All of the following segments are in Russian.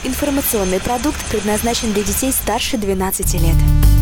Информационный продукт предназначен для детей старше 12 лет.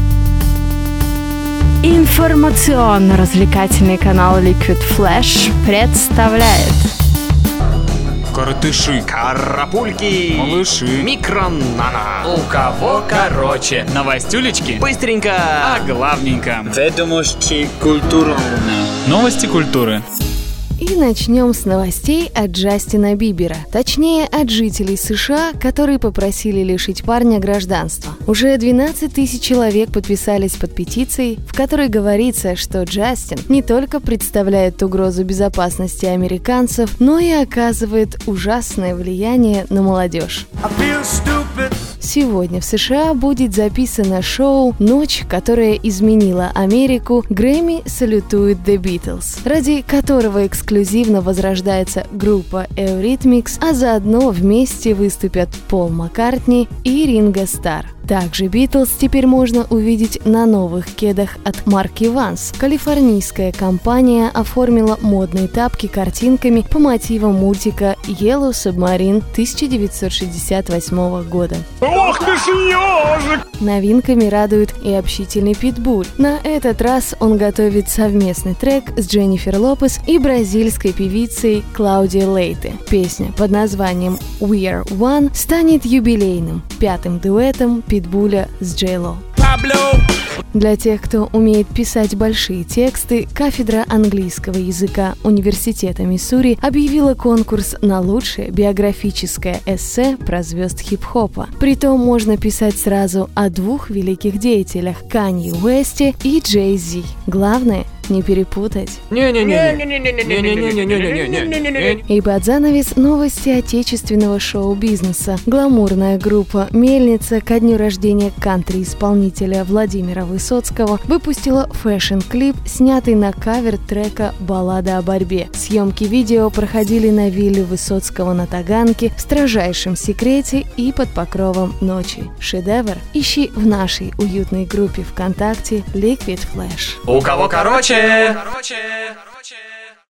Информационно-развлекательный канал Liquid Flash представляет Коротыши, карапульки, малыши, микронана. У кого короче? Новостюлечки? Быстренько, А главненько. ведомости культуры. Новости культуры. И начнем с новостей от Джастина Бибера. Точнее, от жителей США, которые попросили лишить парня гражданства. Уже 12 тысяч человек подписались под петицией, в которой говорится, что Джастин не только представляет угрозу безопасности американцев, но и оказывает ужасное влияние на молодежь. Сегодня в США будет записано шоу «Ночь, которая изменила Америку. Грэмми салютует The Beatles», ради которого эксклюзивно возрождается группа Eurythmics, а заодно вместе выступят Пол Маккартни и Ринго Стар. Также Beatles теперь можно увидеть на новых кедах от марки Vans. Калифорнийская компания оформила модные тапки картинками по мотивам мультика Yellow Submarine 1968 года. Ох ты ж ежик! Новинками радует и общительный Питбуль. На этот раз он готовит совместный трек с Дженнифер Лопес и бразильской певицей Клаудией Лейте. Песня под названием We Are One станет юбилейным, 5-м дуэтом Питбуля с Джей-Ло. Для тех, кто умеет писать большие тексты, кафедра английского языка Университета Миссури объявила конкурс на лучшее биографическое эссе про звезд хип-хопа. Притом можно писать сразу о двух великих деятелях – Канье Уэсте и Джей Зи. Главное – не перепутать. И под занавес новости отечественного шоу-бизнеса. Гламурная группа «Мельница» ко дню рождения кантри-исполнителя Владимира Высоцкого выпустила фэшн-клип, снятый на кавер трека «Баллада о борьбе». Съемки видео проходили на вилле Высоцкого на Таганке в строжайшем секрете и под покровом ночи. Шедевр ищи в нашей уютной группе ВКонтакте Liquid Flash. У кого короче?